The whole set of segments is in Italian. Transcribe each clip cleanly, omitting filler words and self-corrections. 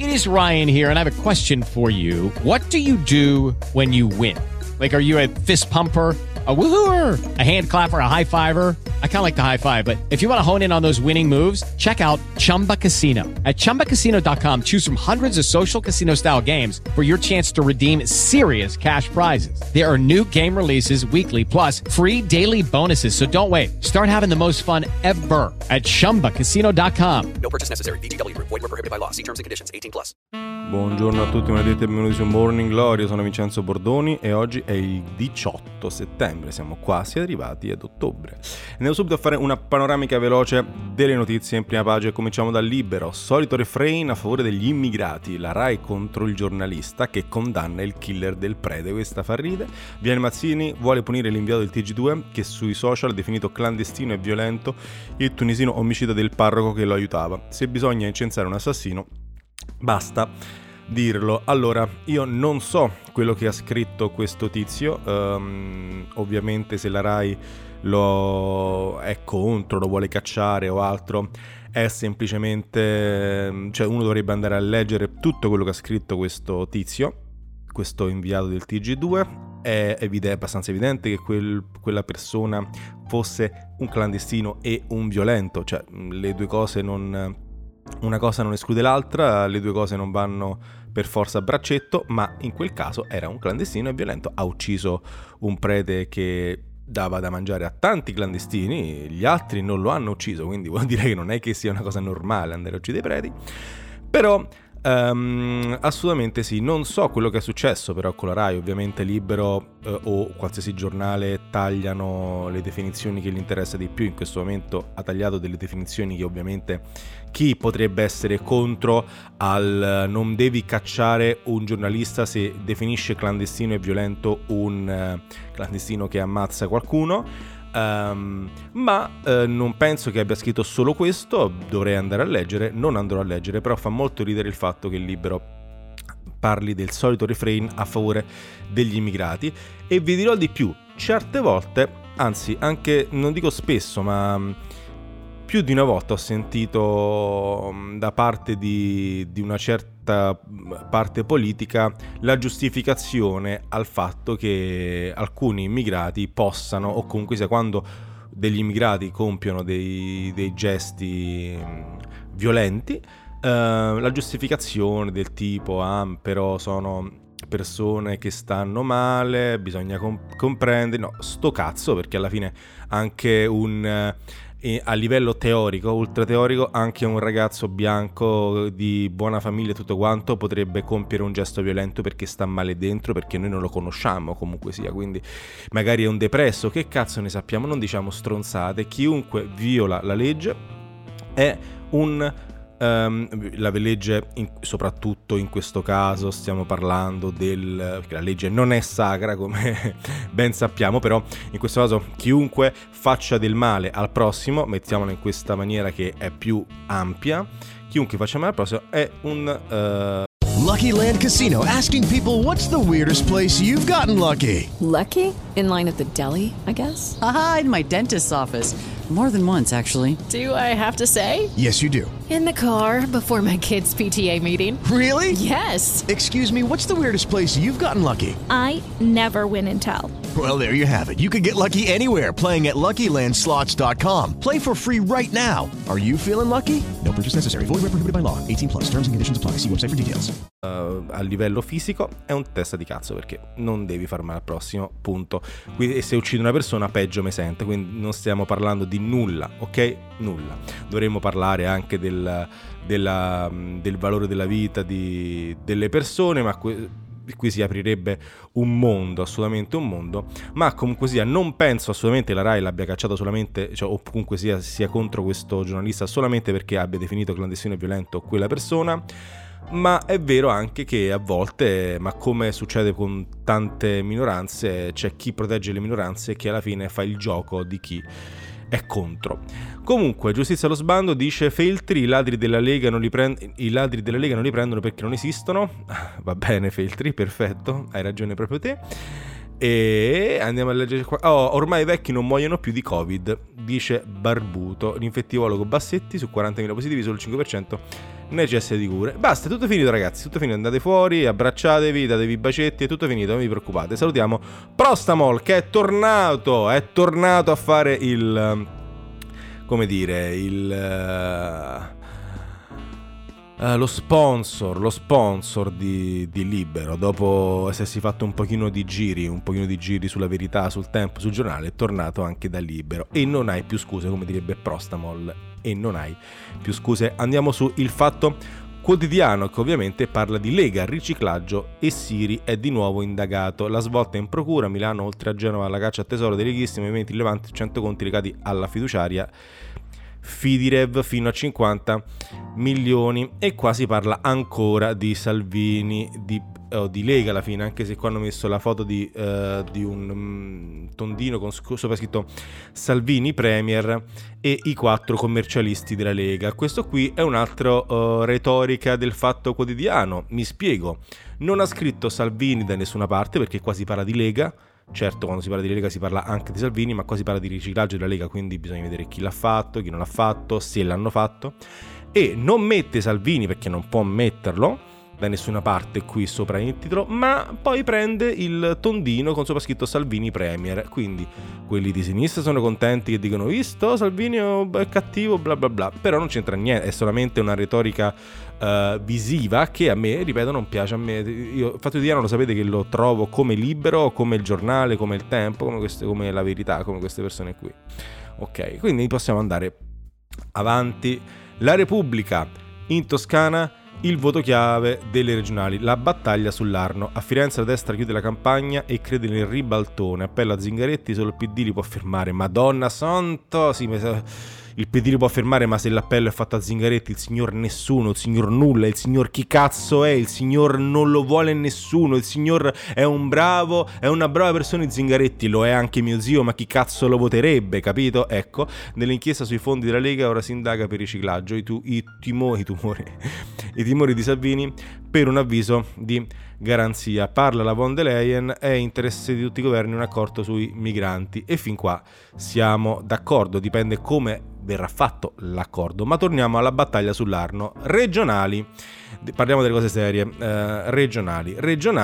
It is Ryan here, and I have a question for you. What do you do when you win? Like, are you a fist pumper, a woohooer, a hand clapper, a high fiver? I kind of like the high five, but if you want to hone in on those winning moves, check out Chumba Casino. At ChumbaCasino.com, choose from hundreds of social casino style games for your chance to redeem serious cash prizes. There are new game releases weekly, plus free daily bonuses. So don't wait. Start having the most fun ever at ChumbaCasino.com. No purchase necessary. VGW Group. Void where prohibited by law. See terms and conditions. 18+. Buongiorno a tutti, maledetti e benvenuti su Morning Glory. Io sono Vincenzo Bordoni e oggi è il 18 settembre. Siamo quasi arrivati ad ottobre. Andiamo subito a fare una panoramica veloce delle notizie in prima pagina. Cominciamo dal Libero. Solito refrain a favore degli immigrati. La Rai contro il giornalista che condanna il killer del prete. Questa fa ride. Viale Mazzini vuole punire l'inviato del TG2 che sui social ha definito clandestino e violento il tunisino omicida del parroco che lo aiutava. Se bisogna incensare un assassino, basta dirlo. Allora, io non so quello che ha scritto questo tizio, ovviamente se la Rai lo è contro, lo vuole cacciare o altro, è semplicemente, cioè uno dovrebbe andare a leggere tutto quello che ha scritto questo tizio, questo inviato del TG2. È abbastanza evidente che quella persona fosse un clandestino e un violento, cioè le due cose una cosa non esclude l'altra, le due cose non vanno per forza a braccetto, ma in quel caso era un clandestino e violento. Ha ucciso un prete che dava da mangiare a tanti clandestini, gli altri non lo hanno ucciso, quindi vuol dire che non è che sia una cosa normale andare a uccidere i preti. Però assolutamente sì, non so quello che è successo però con la Rai, ovviamente Libero o qualsiasi giornale tagliano le definizioni che gli interessa di più. In questo momento ha tagliato delle definizioni che ovviamente chi potrebbe essere contro al non devi cacciare un giornalista se definisce clandestino e violento un clandestino che ammazza qualcuno. Ma non penso che abbia scritto solo questo, dovrei andare a leggere, non andrò a leggere, però fa molto ridere il fatto che il Libero parli del solito refrain a favore degli immigrati. E vi dirò di più, certe volte, anzi anche non dico spesso, ma più di una volta ho sentito da parte di una certa parte politica la giustificazione al fatto che alcuni immigrati possano, o comunque sia quando degli immigrati compiono dei gesti violenti, la giustificazione del tipo però sono persone che stanno male, bisogna comprendere. No, sto cazzo, perché alla fine anche a livello teorico, ultra teorico, anche un ragazzo bianco di buona famiglia e tutto quanto potrebbe compiere un gesto violento perché sta male dentro, perché noi non lo conosciamo comunque sia, quindi magari è un depresso, che cazzo ne sappiamo, non diciamo stronzate. Chiunque viola la legge è la legge, soprattutto in questo caso stiamo parlando che la legge non è sacra, come ben sappiamo, però in questo caso chiunque faccia del male al prossimo, mettiamolo in questa maniera che è più ampia, chiunque faccia male al prossimo è un Lucky Land Casino, asking people, what's the weirdest place you've gotten lucky? Lucky? In line at the deli, I guess? Aha, in my dentist's office. More than once, actually. Do I have to say? Yes, you do. In the car before my kids' PTA meeting. Really? Yes. Excuse me, what's the weirdest place you've gotten lucky? I never win and tell. Well, there you have it. You can get lucky anywhere, playing at LuckyLandSlots.com. Play for free right now. Are you feeling lucky? No purchase necessary. Void where prohibited by law. 18+. Terms and conditions apply. See website for details. A livello fisico è un testa di cazzo, perché non devi far male al prossimo, punto. E se uccidi una persona peggio me sente, quindi non stiamo parlando di nulla, ok? Nulla. Dovremmo parlare anche del valore della vita delle persone, ma qui si aprirebbe un mondo, assolutamente un mondo. Ma comunque sia, non penso assolutamente la Rai l'abbia cacciato solamente, cioè, o comunque sia contro questo giornalista solamente perché abbia definito clandestino e violento quella persona. Ma è vero anche che a volte, ma come succede con tante minoranze, c'è chi protegge le minoranze che alla fine fa il gioco di chi è contro. Comunque, Giustizia allo sbando dice Feltri, i ladri della Lega non li prendono perché non esistono. Va bene Feltri, perfetto, hai ragione proprio te. E andiamo a leggere qua. Ormai i vecchi non muoiono più di Covid, dice Barbuto. L'infettivologo Bassetti, su 40.000 positivi solo il 5% necessita di cure. Basta, è tutto finito ragazzi, tutto finito, andate fuori, abbracciatevi, datevi bacetti, è tutto finito, non vi preoccupate. Salutiamo Prostamol che è tornato a fare lo sponsor di Libero. Dopo essersi fatto un pochino di giri sulla Verità, sul Tempo, sul giornale, è tornato anche da Libero e non hai più scuse, come direbbe Prostamol, e non hai più scuse. Andiamo su Il Fatto Quotidiano, che ovviamente parla di Lega, riciclaggio e Siri è di nuovo indagato. La svolta in procura, Milano oltre a Genova, la caccia a tesoro dei leghisti, movimenti rilevanti, 100 conti legati alla fiduciaria Fidirev fino a 50 milioni. E qua si parla ancora di Salvini, di Lega alla fine, anche se qua hanno messo la foto di un tondino con sopra scritto Salvini Premier e i 4 commercialisti della Lega. Questo qui è un altro retorica del Fatto Quotidiano. Mi spiego: non ha scritto Salvini da nessuna parte, perché qua si parla di Lega. Certo, quando si parla di Lega si parla anche di Salvini, ma qua si parla di riciclaggio della Lega, quindi bisogna vedere chi l'ha fatto, chi non l'ha fatto, se l'hanno fatto. E non mette Salvini perché non può metterlo da nessuna parte qui sopra il titolo, ma poi prende il tondino con sopra scritto Salvini Premier. Quindi quelli di sinistra sono contenti, che dicono visto Salvini è cattivo, bla bla bla, però non c'entra niente, è solamente una retorica visiva che a me, ripeto, non piace. A me, io Fatto Quotidiano lo sapete che lo trovo come Libero, come il Giornale, come il Tempo, come la Verità, come queste persone qui. Ok, quindi possiamo andare avanti. La Repubblica, in Toscana il voto chiave delle regionali, la battaglia sull'Arno. A Firenze la destra chiude la campagna e crede nel ribaltone. Appella a Zingaretti, solo il PD li può fermare. Madonna santo, sì, il PD li può fermare, ma se l'appello è fatto a Zingaretti, il signor nessuno, il signor nulla, il signor chi cazzo è, il signor non lo vuole nessuno, il signor è una brava persona. Zingaretti lo è anche mio zio, ma chi cazzo lo voterebbe, capito? Ecco, nell'inchiesta sui fondi della Lega ora si indaga per riciclaggio i timori di Salvini per un avviso di garanzia. Parla la von der Leyen, è interesse di tutti i governi un accordo sui migranti, e fin qua siamo d'accordo, dipende come verrà fatto l'accordo. Ma torniamo alla battaglia sull'Arno. Regionali, parliamo delle cose serie. Regionali,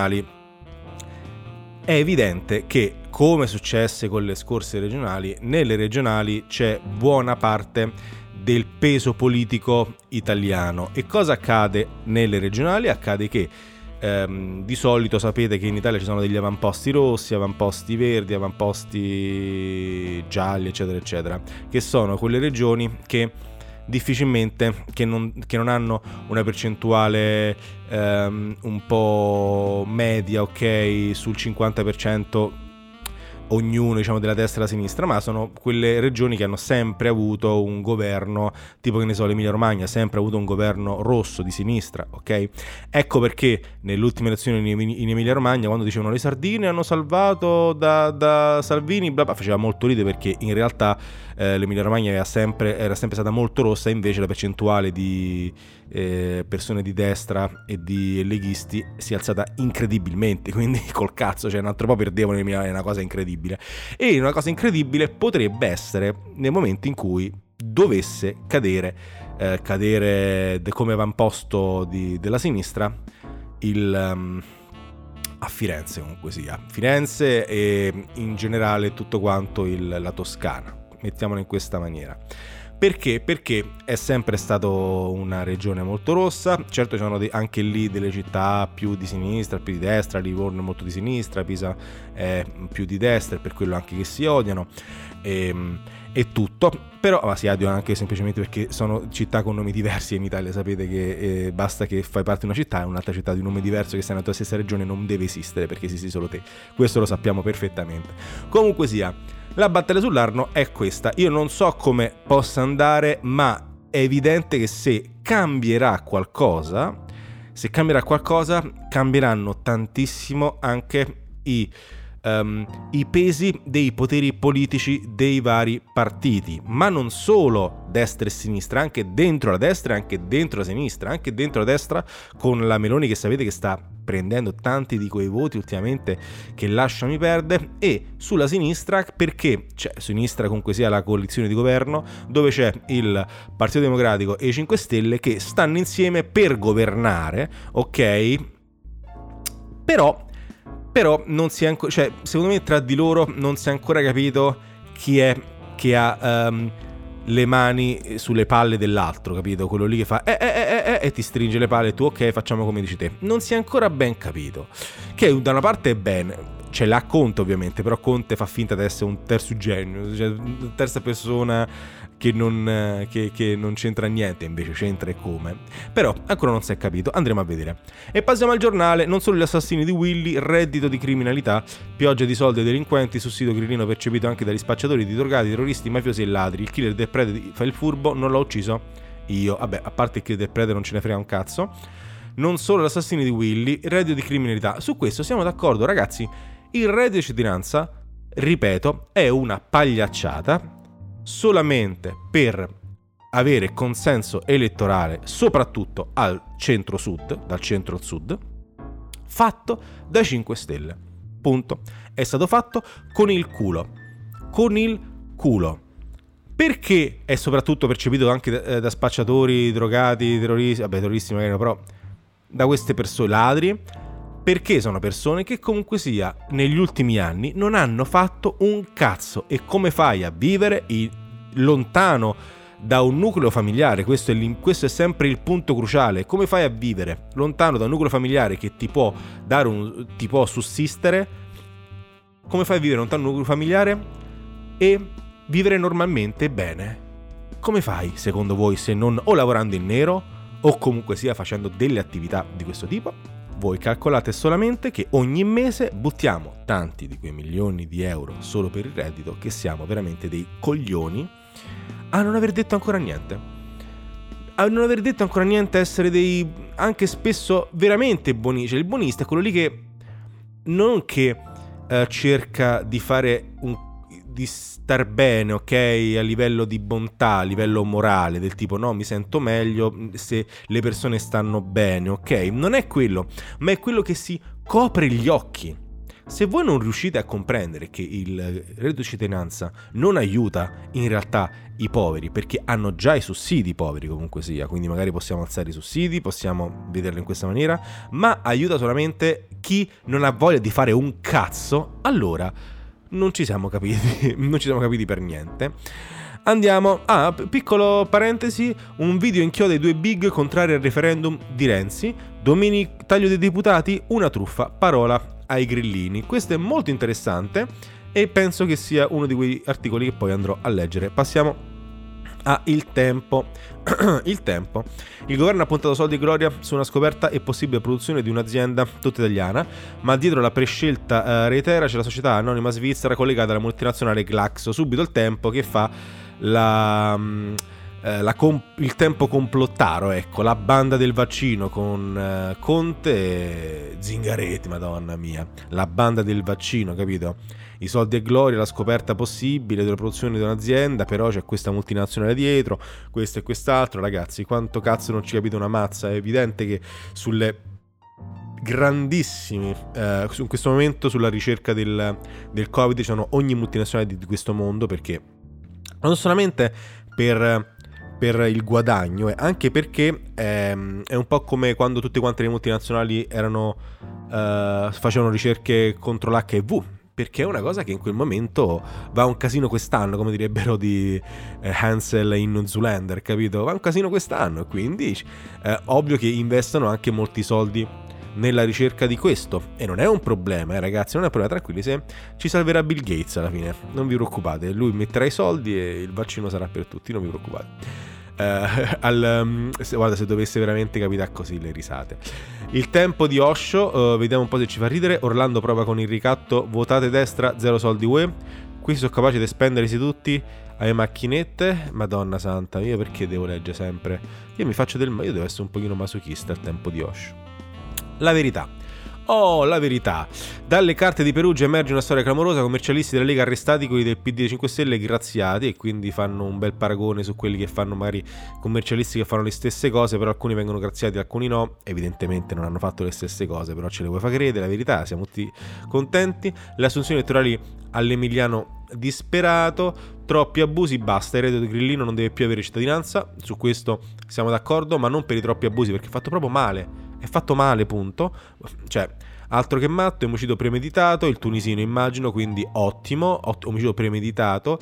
è evidente che, come successe con le scorse regionali, nelle regionali c'è buona parte del peso politico italiano. E cosa accade nelle regionali? Accade che di solito sapete che in Italia ci sono degli avamposti rossi, avamposti verdi, avamposti gialli, eccetera eccetera, che sono quelle regioni che difficilmente, che non hanno una percentuale un po' media, ok, sul 50% ognuno, diciamo, della destra e della sinistra, ma sono quelle regioni che hanno sempre avuto un governo, tipo, che ne so, l'Emilia Romagna ha sempre avuto un governo rosso di sinistra, ok? Ecco perché nelle ultime elezioni in Emilia Romagna, quando dicevano le sardine hanno salvato da Salvini, bla bla, faceva molto ridere, perché in realtà l'Emilia Romagna era sempre stata molto rossa, e invece la percentuale di persone di destra e di leghisti si è alzata incredibilmente, quindi col cazzo, cioè un altro po' perdevano, è una cosa incredibile. E una cosa incredibile potrebbe essere nel momento in cui dovesse cadere come avamposto della sinistra a Firenze, comunque sia Firenze, e in generale tutto quanto la Toscana, mettiamola in questa maniera. Perché? Perché è sempre stato una regione molto rossa. Certo, ci sono anche lì delle città più di sinistra, più di destra. Livorno è molto di sinistra, Pisa è più di destra, è per quello anche che si odiano e tutto. Però si odiano anche semplicemente perché sono città con nomi diversi, e in Italia sapete che basta che fai parte di una città e un'altra città di un nome diverso che sta nella tua stessa regione non deve esistere, perché esisti solo te. Questo lo sappiamo perfettamente. Comunque sia, la battaglia sull'Arno è questa. Io non so come possa andare, ma è evidente che se cambierà qualcosa, cambieranno tantissimo anche i i pesi dei poteri politici dei vari partiti, ma non solo destra e sinistra, anche dentro la destra e anche dentro la sinistra, anche dentro la destra con la Meloni che sapete che sta prendendo tanti di quei voti ultimamente che lasciami perdere, e sulla sinistra perché c'è sinistra comunque sia la coalizione di governo dove c'è il Partito Democratico e i 5 Stelle che stanno insieme per governare, ok? Però non si è ancora, cioè secondo me tra di loro non si è ancora capito chi è che ha le mani sulle palle dell'altro, capito? Quello lì che fa e ti stringe le palle e tu ok facciamo come dici te. Non si è ancora ben capito, che da una parte è bene, ce l'ha Conte ovviamente, però Conte fa finta di essere un terzogenio, cioè terza persona che non c'entra niente, invece c'entra e come. Però ancora non si è capito, andremo a vedere. E passiamo al giornale. Non solo gli assassini di Willy, reddito di criminalità, pioggia di soldi ai delinquenti, sussidio grillino percepito anche dagli spacciatori di drogati, terroristi, mafiosi e ladri. Il killer del prete fa il furbo, non l'ho ucciso io. Vabbè, a parte il killer del prete non ce ne frega un cazzo. Non solo gli assassini di Willy, reddito di criminalità. Su questo siamo d'accordo, ragazzi. Il reddito di cittadinanza, ripeto, è una pagliacciata solamente per avere consenso elettorale, soprattutto al centro-sud, dal centro al sud, fatto dai 5 Stelle. Punto. È stato fatto con il culo. Con il culo. Perché è soprattutto percepito anche da spacciatori, drogati, terroristi, vabbè, terroristi magari no, però da queste persone, ladri, perché sono persone che comunque sia negli ultimi anni non hanno fatto un cazzo. E come fai a vivere lontano da un nucleo familiare? Questo è sempre il punto cruciale. Come fai a vivere lontano da un nucleo familiare che ti può dare ti può sussistere? Come fai a vivere lontano da un nucleo familiare e vivere normalmente bene? Come fai secondo voi, se non o lavorando in nero o comunque sia facendo delle attività di questo tipo? Voi calcolate solamente che ogni mese buttiamo tanti di quei milioni di euro solo per il reddito, che siamo veramente dei coglioni a non aver detto ancora niente. A non aver detto ancora niente, essere dei anche spesso veramente buoni. Cioè il buonista è quello lì che non che cerca di fare di star bene, ok, a livello di bontà, a livello morale, del tipo no, mi sento meglio se le persone stanno bene, ok? Non è quello, ma è quello che si copre gli occhi. Se voi non riuscite a comprendere che il reddito di cittadinanza non aiuta in realtà i poveri, perché hanno già i sussidi poveri comunque sia, quindi magari possiamo alzare i sussidi, possiamo vederlo in questa maniera, ma aiuta solamente chi non ha voglia di fare un cazzo, allora non ci siamo capiti per niente. Andiamo piccolo parentesi, un video inchioda i 2 big contrari al referendum di Renzi. Domenico, taglio dei deputati, una truffa, parola ai grillini. Questo è molto interessante e penso che sia uno di quei articoli che poi andrò a leggere. Passiamo a Il Tempo. Il Tempo. Il governo ha puntato soldi e gloria su una scoperta e possibile produzione di un'azienda tutta italiana, ma dietro la prescelta reitera c'è la società anonima svizzera collegata alla multinazionale Glaxo. Subito Il Tempo che fa il tempo complottaro, ecco, la banda del vaccino con Conte e Zingaretti, madonna mia, la banda del vaccino, capito? I soldi e gloria, la scoperta possibile della produzione di un'azienda, però c'è questa multinazionale dietro, questo e quest'altro. Ragazzi, quanto cazzo non ci capite una mazza? È evidente che sulle grandissimi in questo momento sulla ricerca del Covid ci sono ogni multinazionale di questo mondo, perché non solamente per il guadagno, anche perché è un po' come quando tutte quante le multinazionali facevano ricerche contro l'HIV, perché è una cosa che in quel momento va un casino quest'anno, come direbbero di Hansel in Zoolander, capito? Va un casino quest'anno, quindi ovvio che investono anche molti soldi nella ricerca di questo, e non è un problema, ragazzi, non è un problema, tranquilli, se ci salverà Bill Gates alla fine, non vi preoccupate, lui metterà i soldi e il vaccino sarà per tutti, non vi preoccupate. Guarda, se dovesse veramente capitare così, le risate. Il Tempo di Osho, vediamo un po' se ci fa ridere. Orlando prova con il ricatto, votate destra, 0 soldi UE. Questi sono capaci di spendersi tutti alle macchinette. Madonna santa, io perché devo leggere sempre? Io devo essere un pochino masochista. Il Tempo di Osho. La verità, Oh, la verità. Dalle carte di Perugia emerge una storia clamorosa, commercialisti della Lega arrestati, quelli del PD dei 5 Stelle graziati, e quindi fanno un bel paragone su quelli che fanno magari commercialisti che fanno le stesse cose, però alcuni vengono graziati, alcuni no. Evidentemente non hanno fatto le stesse cose, però ce le vuoi far credere, la verità, siamo tutti contenti. Le assunzioni elettorali all'Emiliano disperato, troppi abusi, basta, il reddito di Grillino non deve più avere cittadinanza, su questo siamo d'accordo, ma non per i troppi abusi, perché è fatto proprio male. È fatto male, punto. Cioè, altro che matto, è omicidio premeditato, il tunisino immagino, quindi ottimo, omicidio premeditato.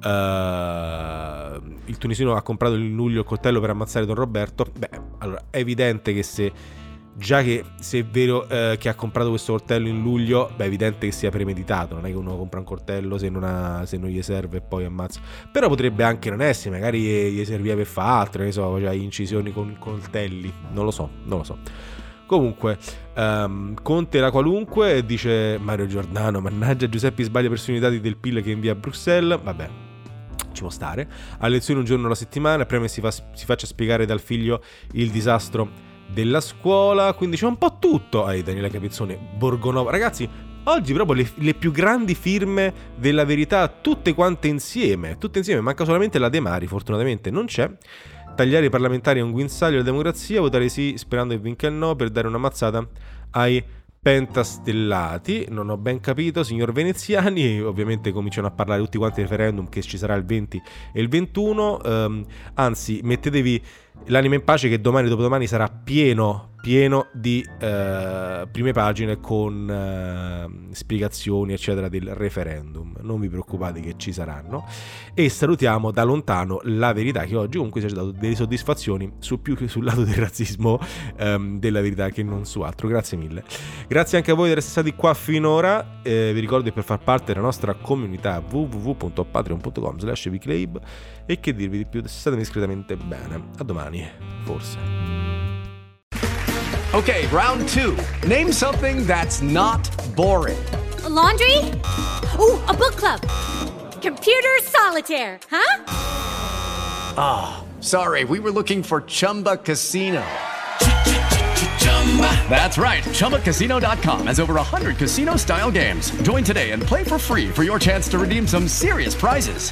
Il tunisino ha comprato in luglio il coltello per ammazzare Don Roberto. Beh, allora, è evidente che se è vero che ha comprato questo coltello in luglio, beh, è evidente che sia premeditato. Non è che uno compra un coltello se non gli serve e poi ammazza. Però potrebbe anche non essere, magari gli serviva per fare altro, ne so, cioè incisioni con coltelli, non lo so. Comunque, Conte la qualunque, dice Mario Giordano, mannaggia, Giuseppe sbaglia per i dati del PIL che invia a Bruxelles, vabbè, ci può stare. A lezione un giorno alla settimana, prima si faccia spiegare dal figlio il disastro della scuola, quindi c'è un po' tutto. Daniele Capezzone, Borgonovo, ragazzi, oggi proprio le più grandi firme della verità, tutte quante insieme, manca solamente la De Mari, fortunatamente non c'è. Tagliare i parlamentari è un guinzaglio della democrazia, votare sì sperando che vinca il no per dare una mazzata ai pentastellati. Non ho ben capito, signor Veneziani. Ovviamente cominciano a parlare tutti quanti del referendum che ci sarà il 20 e il 21, anzi mettetevi l'anima in pace che domani e dopodomani sarà pieno di prime pagine con spiegazioni eccetera del referendum. Non vi preoccupate che ci saranno. E salutiamo da lontano la verità, che oggi comunque ci ha dato delle soddisfazioni più sul lato del razzismo della verità che non su altro. Grazie mille. Grazie anche a voi di essere stati qua finora. Vi ricordo che per far parte della nostra comunità www.patreon.com/weeklab, e che dirvi di più, state discretamente bene. A domani, forse. Okay, round 2. Name something that's not boring. A laundry? Ooh, a book club. Computer solitaire, huh? Ah, sorry, we were looking for Chumba Casino. That's right, ChumbaCasino.com has over 100 casino-style games. Join today and play for free for your chance to redeem some serious prizes.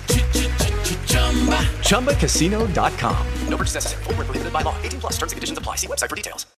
ChumbaCasino.com. No purchase necessary. Void where prohibited by law. 18+ terms and conditions apply. See website for details.